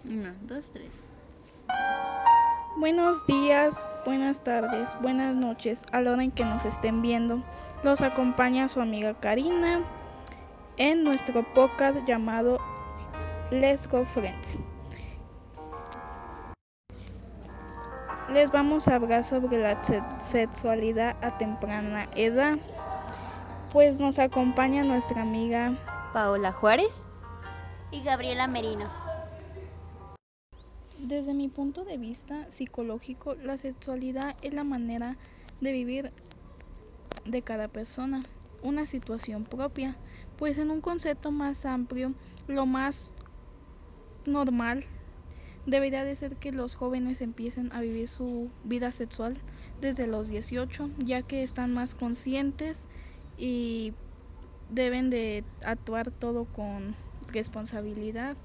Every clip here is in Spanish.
Uno, dos, tres. Buenos días, buenas tardes, buenas noches, a la hora en que nos estén viendo. Los acompaña su amiga Karina en nuestro podcast llamado Let's Go Friends. Les vamos a hablar sobre la sexualidad a temprana edad. Pues nos acompaña nuestra amiga Paola Juárez. Y Gabriela Merino. Desde mi punto de vista psicológico, la sexualidad es la manera de vivir de cada persona, una situación propia, pues en un concepto más amplio, lo más normal debería de ser que los jóvenes empiecen a vivir su vida sexual desde los 18, ya que están más conscientes y deben de actuar todo con responsabilidad.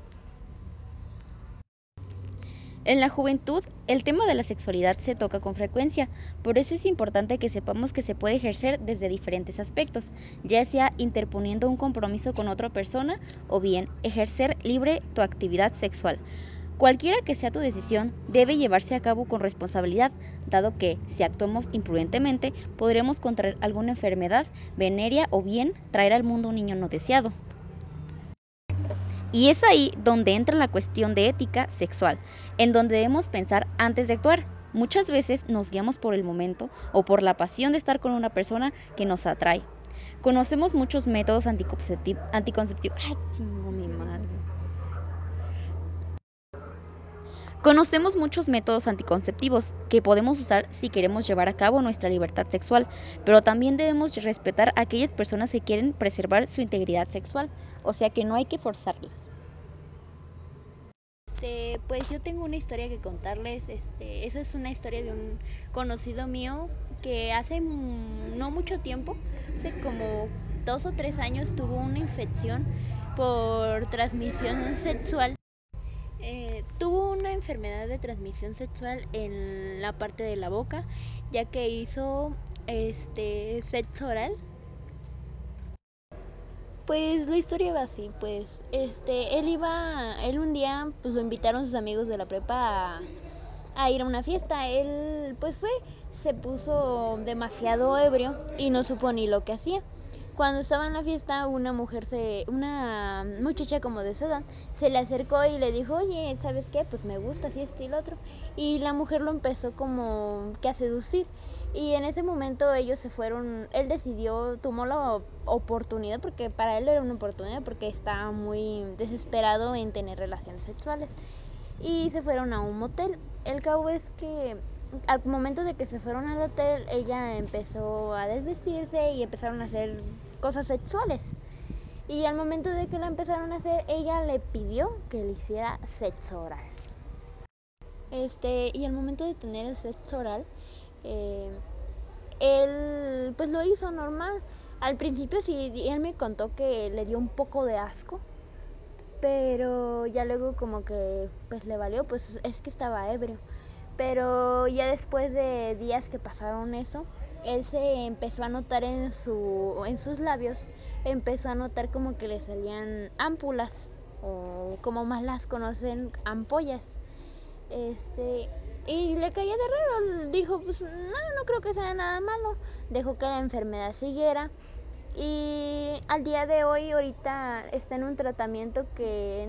En la juventud, el tema de la sexualidad se toca con frecuencia, por eso es importante que sepamos que se puede ejercer desde diferentes aspectos, ya sea interponiendo un compromiso con otra persona o bien ejercer libre tu actividad sexual. Cualquiera que sea tu decisión, debe llevarse a cabo con responsabilidad, dado que, si actuamos imprudentemente, podremos contraer alguna enfermedad venérea o bien traer al mundo un niño no deseado. Y es ahí donde entra la cuestión de ética sexual, en donde debemos pensar antes de actuar. Muchas veces nos guiamos por el momento o por la pasión de estar con una persona que nos atrae. Conocemos muchos métodos anticonceptivos. Mi madre! Conocemos muchos métodos anticonceptivos que podemos usar si queremos llevar a cabo nuestra libertad sexual, pero también debemos respetar a aquellas personas que quieren preservar su integridad sexual, o sea que no hay que forzarlas. Pues yo tengo una historia que contarles. Eso es una historia de un conocido mío que hace no mucho tiempo, hace como 2 o 3 años, tuvo una infección por transmisión sexual. Tuvo una enfermedad de transmisión sexual en la parte de la boca, ya que hizo sexo oral. Pues la historia va así, pues, él un día, pues lo invitaron sus amigos de la prepa a ir a una fiesta. Él, pues se puso demasiado ebrio y no supo ni lo que hacía. Cuando estaba en la fiesta, una muchacha como de su edad, se le acercó y le dijo, oye, ¿sabes qué? Pues me gusta, así, esto y lo otro. Y la mujer lo empezó como que a seducir. Y en ese momento ellos se fueron, él decidió, tomó la oportunidad, porque para él era una oportunidad, porque estaba muy desesperado en tener relaciones sexuales. Y se fueron a un motel. El cabo es que al momento de que se fueron al hotel, ella empezó a desvestirse y empezaron a hacer cosas sexuales. Y al momento de que la empezaron a hacer, ella le pidió que le hiciera sexo oral. Y al momento de tener el sexo oral, eh, él pues lo hizo normal. Al principio sí, él me contó que le dio un poco de asco, pero ya luego como que pues le valió, pues es que estaba ebrio. Pero ya después de días que pasaron eso, él se empezó a notar en sus labios, empezó a notar como que le salían ámpulas, o como más las conocen, ampollas. Y le caía de raro, dijo, pues no creo que sea nada malo, dejó que la enfermedad siguiera. Y al día de hoy, ahorita está en un tratamiento que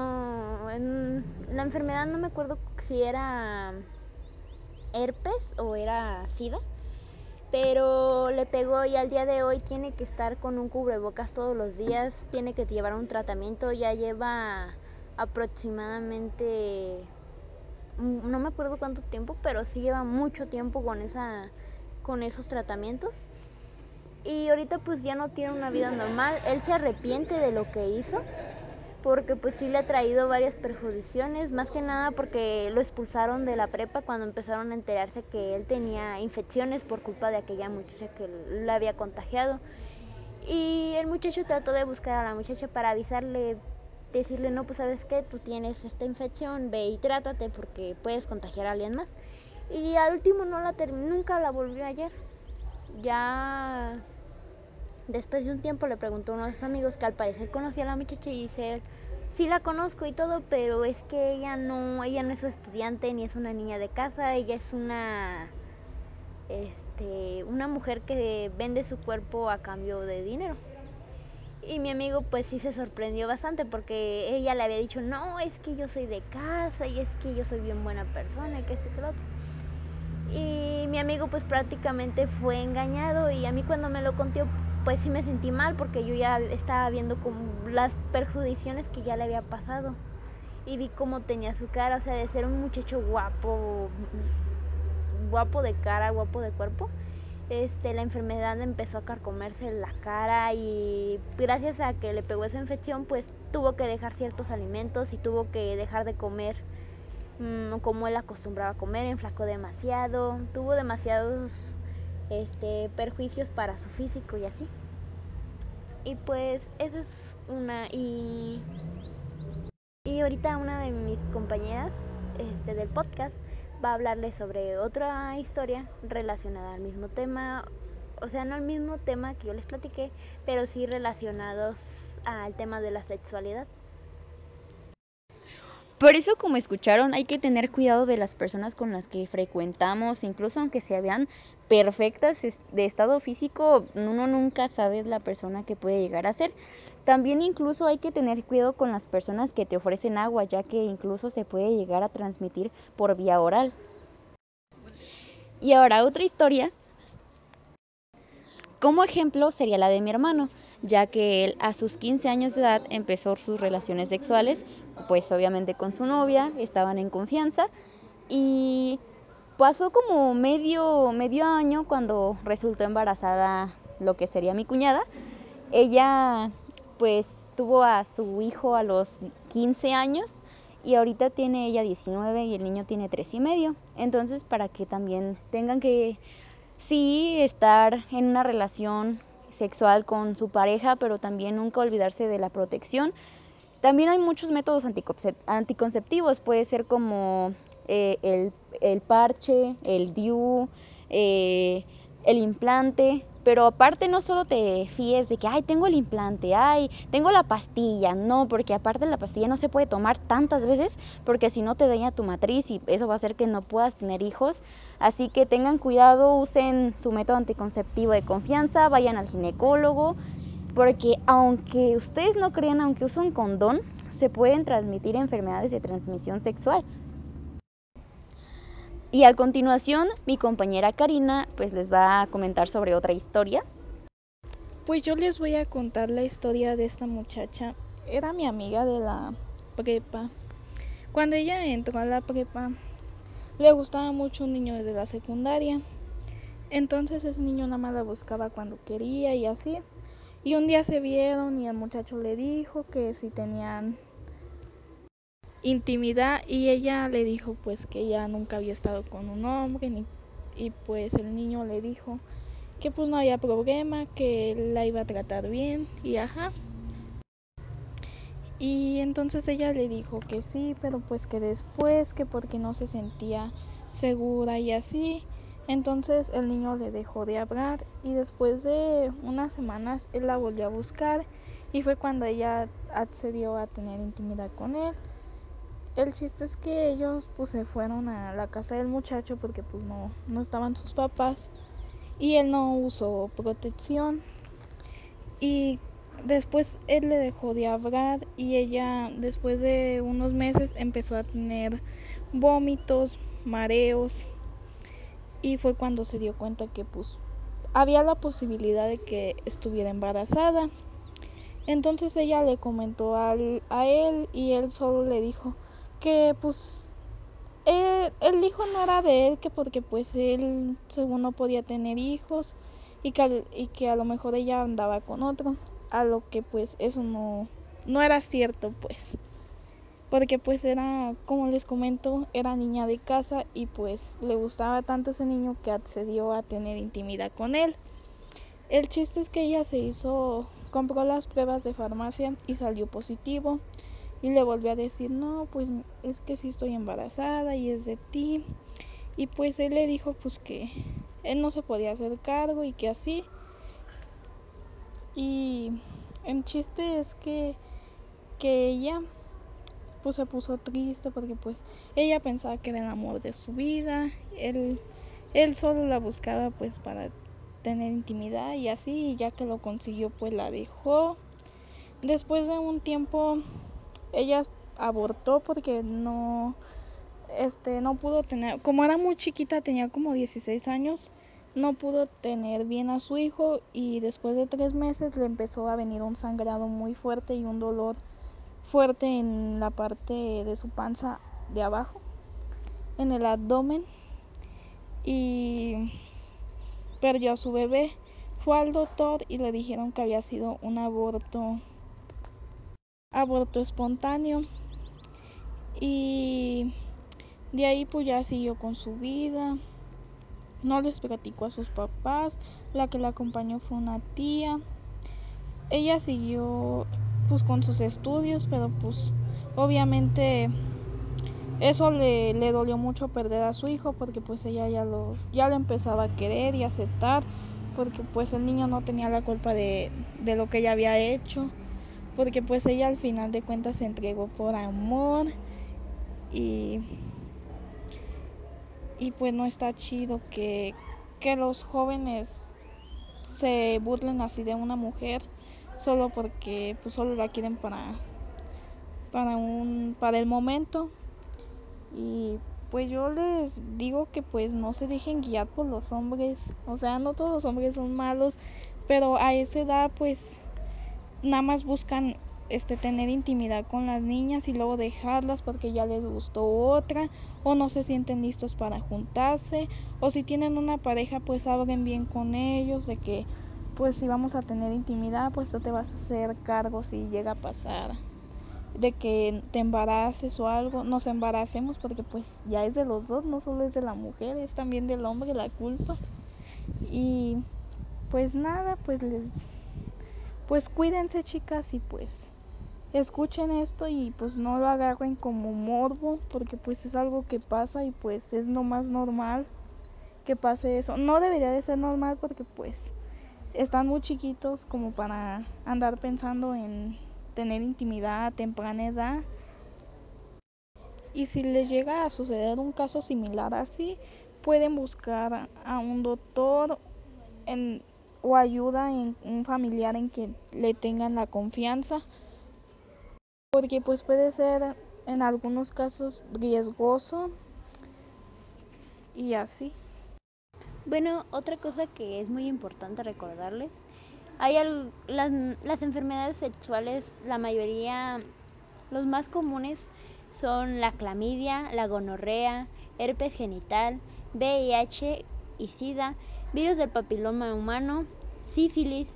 la enfermedad no me acuerdo si era herpes o era sida, pero le pegó y al día de hoy tiene que estar con un cubrebocas todos los días, tiene que llevar un tratamiento, ya lleva aproximadamente, no me acuerdo cuánto tiempo, pero sí lleva mucho tiempo con esos tratamientos. Y ahorita pues ya no tiene una vida normal. Él se arrepiente de lo que hizo, porque pues sí le ha traído varias perjudicaciones, más que nada porque lo expulsaron de la prepa cuando empezaron a enterarse que él tenía infecciones por culpa de aquella muchacha que la había contagiado. Y el muchacho trató de buscar a la muchacha para avisarle, decirle, no, pues sabes qué, tú tienes esta infección, ve y trátate porque puedes contagiar a alguien más. Y al último nunca la volvió a hallar. Ya después de un tiempo le preguntó a uno de sus amigos que al parecer conocía a la muchacha y dice él, sí la conozco y todo, pero es que ella no es estudiante ni es una niña de casa, ella es una mujer que vende su cuerpo a cambio de dinero. Y mi amigo pues sí se sorprendió bastante porque ella le había dicho, no, es que yo soy de casa y es que yo soy bien buena persona y que esto y que lo otro. Y mi amigo pues prácticamente fue engañado y a mí cuando me lo contó pues sí me sentí mal porque yo ya estaba viendo como las perjudicaciones que ya le había pasado y vi cómo tenía su cara, o sea, de ser un muchacho guapo, guapo de cara, guapo de cuerpo, la enfermedad empezó a carcomerse la cara y gracias a que le pegó esa infección pues tuvo que dejar ciertos alimentos y tuvo que dejar de comer como él acostumbraba a comer, enflacó demasiado, tuvo demasiados perjuicios para su físico y así. Y pues esa es una y ahorita una de mis compañeras del podcast va a hablarles sobre otra historia relacionada al mismo tema, o sea, no al mismo tema que yo les platiqué, pero sí relacionados al tema de la sexualidad. Por eso, como escucharon, hay que tener cuidado de las personas con las que frecuentamos, incluso aunque se vean perfectas de estado físico, uno nunca sabe la persona que puede llegar a ser. También incluso hay que tener cuidado con las personas que te ofrecen agua, ya que incluso se puede llegar a transmitir por vía oral. Y ahora otra historia. Como ejemplo sería la de mi hermano, ya que él a sus 15 años de edad empezó sus relaciones sexuales, pues obviamente con su novia, estaban en confianza y pasó como medio año cuando resultó embarazada lo que sería mi cuñada. Ella pues tuvo a su hijo a los 15 años y ahorita tiene ella 19 y el niño tiene 3 y medio. Entonces para que también tengan que sí estar en una relación sexual con su pareja, pero también nunca olvidarse de la protección. También hay muchos métodos anticonceptivos, puede ser como el parche, el DIU, el implante, pero aparte no solo te fíes de que, ay, tengo el implante, ay, tengo la pastilla, no, porque aparte la pastilla no se puede tomar tantas veces porque si no te daña tu matriz y eso va a hacer que no puedas tener hijos. Así que tengan cuidado, usen su método anticonceptivo de confianza, vayan al ginecólogo, porque aunque ustedes no crean, aunque usen condón, se pueden transmitir enfermedades de transmisión sexual. Y a continuación, mi compañera Karina pues les va a comentar sobre otra historia. Pues yo les voy a contar la historia de esta muchacha. Era mi amiga de la prepa. Cuando ella entró a la prepa, le gustaba mucho un niño desde la secundaria. Entonces ese niño nada más la buscaba cuando quería y así. Y un día se vieron y el muchacho le dijo que si tenían intimidad y ella le dijo pues que ella nunca había estado con un hombre y pues el niño le dijo que pues no había problema, que él la iba a tratar bien y ajá. Y entonces ella le dijo que sí, pero pues que después, que porque no se sentía segura y así. Entonces el niño le dejó de hablar y después de unas semanas él la volvió a buscar y fue cuando ella accedió a tener intimidad con él. El chiste es que ellos pues se fueron a la casa del muchacho porque pues no estaban sus papás y él no usó protección y después él le dejó de hablar y ella después de unos meses empezó a tener vómitos, mareos y fue cuando se dio cuenta que pues había la posibilidad de que estuviera embarazada. Entonces ella le comentó a él y él solo le dijo que pues el hijo no era de él, que porque pues él según no podía tener hijos y que a lo mejor ella andaba con otro, a lo que pues eso no era cierto pues, porque pues era, como les comento, era niña de casa y pues le gustaba tanto ese niño que accedió a tener intimidad con él. El chiste es que ella compró las pruebas de farmacia y salió positivo. Y le volvió a decir, no, pues es que sí estoy embarazada y es de ti. Y pues él le dijo pues que él no se podía hacer cargo y que así. Y el chiste es que ella pues se puso triste porque pues ella pensaba que era el amor de su vida, él solo la buscaba pues para tener intimidad y así, y ya que lo consiguió pues la dejó. Después de un tiempo ella abortó porque no pudo tener, como era muy chiquita, tenía como 16 años, no pudo tener bien a su hijo y después de 3 meses le empezó a venir un sangrado muy fuerte y un dolor fuerte en la parte de su panza de abajo, en el abdomen, y perdió a su bebé. Fue al doctor y le dijeron que había sido un aborto espontáneo, y de ahí pues ya siguió con su vida. No les platicó a sus papás, la que la acompañó fue una tía. Ella siguió pues con sus estudios, pero pues obviamente eso le dolió mucho perder a su hijo porque pues ella ya lo empezaba a querer y aceptar, porque pues el niño no tenía la culpa de lo que ella había hecho, porque pues ella al final de cuentas se entregó por amor, y pues no está chido que los jóvenes se burlen así de una mujer solo porque pues solo la quieren para el momento. Y pues yo les digo que pues no se dejen guiar por los hombres, o sea, no todos los hombres son malos, pero a esa edad pues nada más buscan tener intimidad con las niñas y luego dejarlas porque ya les gustó otra, o no se sienten listos para juntarse, o si tienen una pareja pues hablen bien con ellos de que pues si vamos a tener intimidad pues tú te vas a hacer cargo si llega a pasar de que te embaraces o algo, nos embaracemos porque pues ya es de los dos, no solo es de la mujer, es también del hombre la culpa. Y pues nada, pues cuídense, chicas, y pues escuchen esto y pues no lo agarren como morbo porque pues es algo que pasa y pues es lo más normal que pase eso. No debería de ser normal porque pues están muy chiquitos como para andar pensando en tener intimidad a temprana edad. Y si les llega a suceder un caso similar así, pueden buscar a un doctor o ayuda en un familiar en que le tengan la confianza, porque pues puede ser en algunos casos riesgoso y así. Bueno, otra cosa que es muy importante recordarles, las enfermedades sexuales, la mayoría, los más comunes son la clamidia, la gonorrea, herpes genital, VIH y SIDA, virus del papiloma humano, sífilis,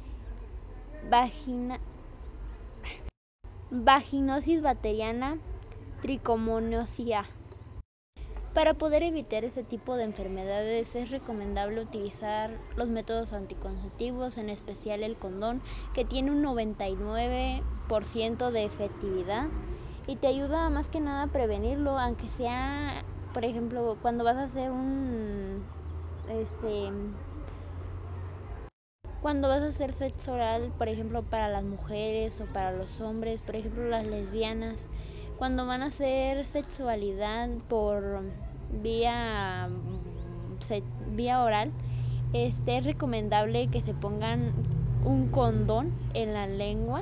vaginosis bacteriana, tricomonosia. Para poder evitar este tipo de enfermedades es recomendable utilizar los métodos anticonceptivos, en especial el condón, que tiene un 99% de efectividad y te ayuda más que nada a prevenirlo, aunque sea, por ejemplo, cuando vas a hacer cuando vas a hacer sexo oral, por ejemplo, para las mujeres o para los hombres, por ejemplo, las lesbianas, cuando van a hacer sexualidad por vía, vía oral, es recomendable que se pongan un condón en la lengua,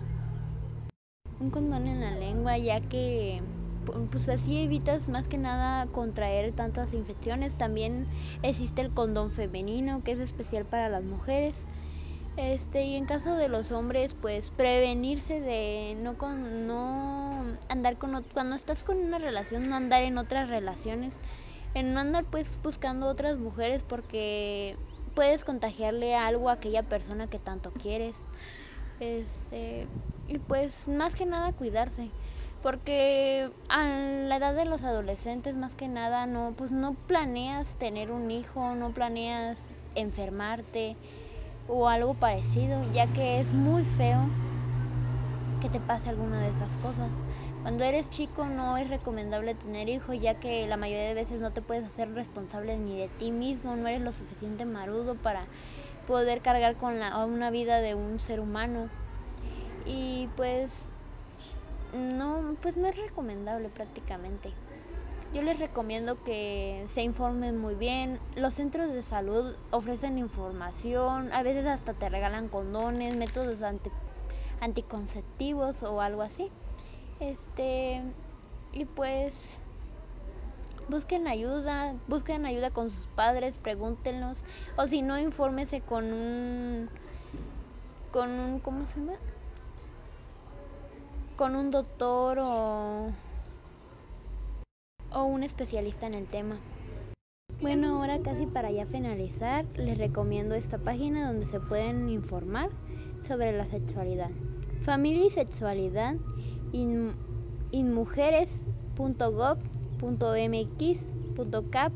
ya que pues así evitas más que nada contraer tantas infecciones. También existe el condón femenino, que es especial para las mujeres. Y en caso de los hombres, pues prevenirse de no andar cuando estás con una relación, no andar en otras relaciones, en no andar pues buscando otras mujeres, porque puedes contagiarle algo a aquella persona que tanto quieres. Y pues más que nada cuidarse, porque a la edad de los adolescentes más que nada no planeas tener un hijo, no planeas enfermarte o algo parecido, ya que es muy feo que te pase alguna de esas cosas. Cuando eres chico no es recomendable tener hijos, ya que la mayoría de veces no te puedes hacer responsable ni de ti mismo, no eres lo suficiente marudo para poder cargar con una vida de un ser humano. Y pues no, pues no es recomendable prácticamente. Yo les recomiendo que se informen muy bien. Los centros de salud ofrecen información, a veces hasta te regalan condones, métodos anticonceptivos o algo así. Y pues busquen ayuda con sus padres, pregúntenlos, o si no, infórmense ¿cómo se llama? Con un doctor o un especialista en el tema. Bueno, ahora casi para ya finalizar, les recomiendo esta página donde se pueden informar sobre la sexualidad. Familia y sexualidad inmujeres.gov.mx.cap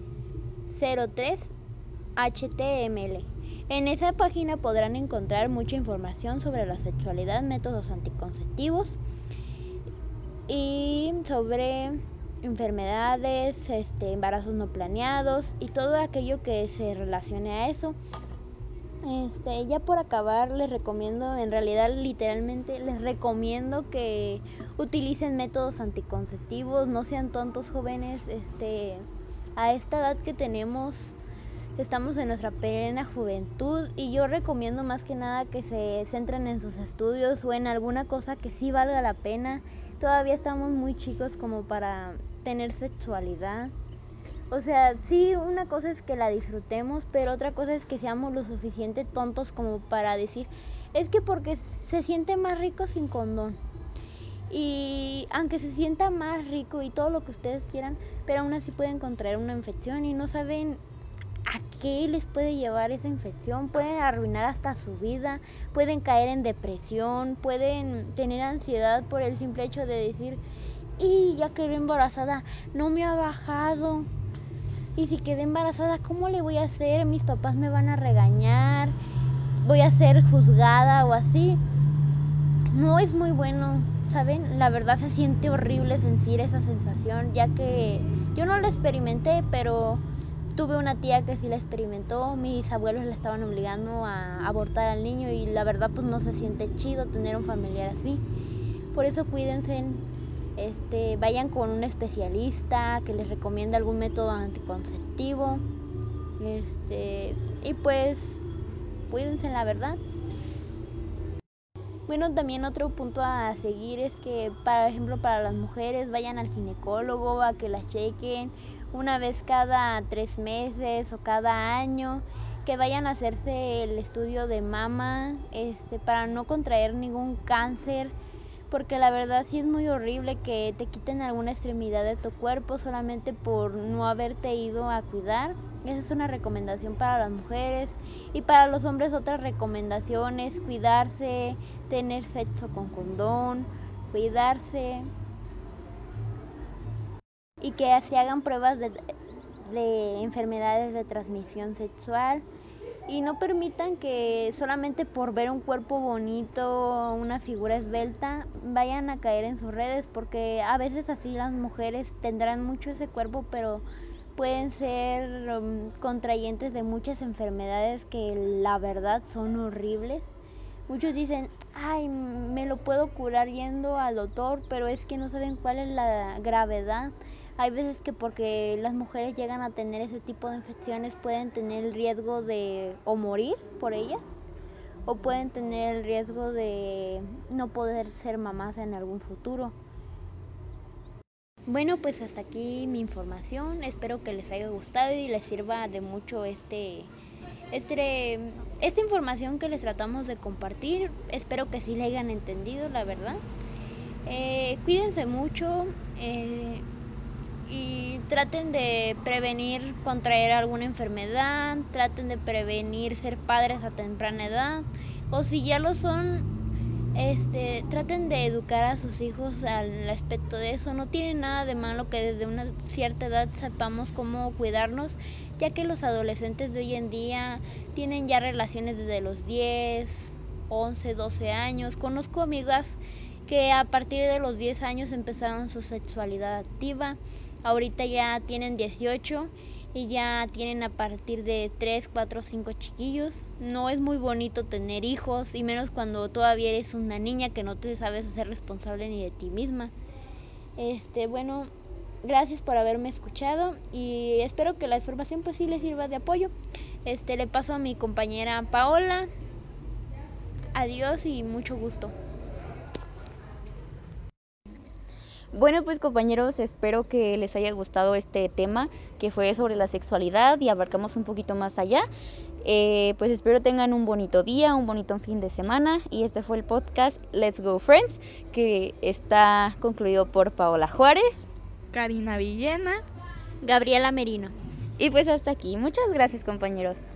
03 HTML. En esa página podrán encontrar mucha información sobre la sexualidad, métodos anticonceptivos y sobre enfermedades, embarazos no planeados y todo aquello que se relacione a eso. Ya por acabar, les recomiendo, en realidad literalmente les recomiendo que utilicen métodos anticonceptivos, no sean tontos, jóvenes. A esta edad que tenemos, estamos en nuestra plena juventud y yo recomiendo más que nada que se centren en sus estudios o en alguna cosa que sí valga la pena. Todavía estamos muy chicos como para tener sexualidad. O sea, sí, una cosa es que la disfrutemos, pero otra cosa es que seamos lo suficiente tontos como para decir, es que porque se siente más rico sin condón. Y aunque se sienta más rico y todo lo que ustedes quieran, pero aún así pueden contraer una infección y no saben a qué les puede llevar esa infección. Pueden arruinar hasta su vida, pueden caer en depresión, pueden tener ansiedad por el simple hecho de decir, y ya quedé embarazada, no me ha bajado. Y si quedé embarazada, ¿cómo le voy a hacer? Mis papás me van a regañar, voy a ser juzgada o así. No es muy bueno, ¿saben? La verdad se siente horrible sentir esa sensación, ya que yo no lo experimenté, pero tuve una tía que sí la experimentó. Mis abuelos la estaban obligando a abortar al niño y la verdad pues no se siente chido tener un familiar así. Por eso cuídense. Vayan con un especialista que les recomiende algún método anticonceptivo. Y pues cuídense, la verdad. Bueno, también otro punto a seguir es que, por ejemplo, para las mujeres vayan al ginecólogo a que las chequen una vez cada 3 meses o cada año, que vayan a hacerse el estudio de mama, para no contraer ningún cáncer. Porque la verdad sí es muy horrible que te quiten alguna extremidad de tu cuerpo solamente por no haberte ido a cuidar. Esa es una recomendación para las mujeres. Y para los hombres otra recomendación es cuidarse, tener sexo con condón, cuidarse. Y que se hagan pruebas de enfermedades de transmisión sexual. Y no permitan que solamente por ver un cuerpo bonito, una figura esbelta, vayan a caer en sus redes, porque a veces así las mujeres tendrán mucho ese cuerpo, pero pueden ser contrayentes de muchas enfermedades que la verdad son horribles. Muchos dicen, ay, me lo puedo curar yendo al doctor, pero es que no saben cuál es la gravedad. Hay veces que porque las mujeres llegan a tener ese tipo de infecciones pueden tener el riesgo de o morir por ellas o pueden tener el riesgo de no poder ser mamás en algún futuro. Bueno, pues hasta aquí mi información. Espero que les haya gustado y les sirva de mucho esta información que les tratamos de compartir. Espero que sí la hayan entendido, la verdad. Cuídense mucho y traten de prevenir contraer alguna enfermedad, traten de prevenir ser padres a temprana edad, o si ya lo son, traten de educar a sus hijos al aspecto de eso. No tiene nada de malo que desde una cierta edad sepamos cómo cuidarnos, ya que los adolescentes de hoy en día tienen ya relaciones desde los 10, 11, 12 años. Conozco amigas que a partir de los 10 años empezaron su sexualidad activa, ahorita ya tienen 18 y ya tienen a partir de 3, 4, 5 chiquillos. No es muy bonito tener hijos, y menos cuando todavía eres una niña que no te sabes hacer responsable ni de ti misma. Bueno, gracias por haberme escuchado y espero que la información pues sí les sirva de apoyo. Le paso a mi compañera Paola. Adiós y mucho gusto. Bueno, pues compañeros, espero que les haya gustado este tema que fue sobre la sexualidad y abarcamos un poquito más allá. Pues espero tengan un bonito día, un bonito fin de semana, y este fue el podcast Let's Go Friends, que está concluido por Paola Juárez, Karina Villena, Gabriela Merino. y pues hasta aquí. Muchas gracias, compañeros.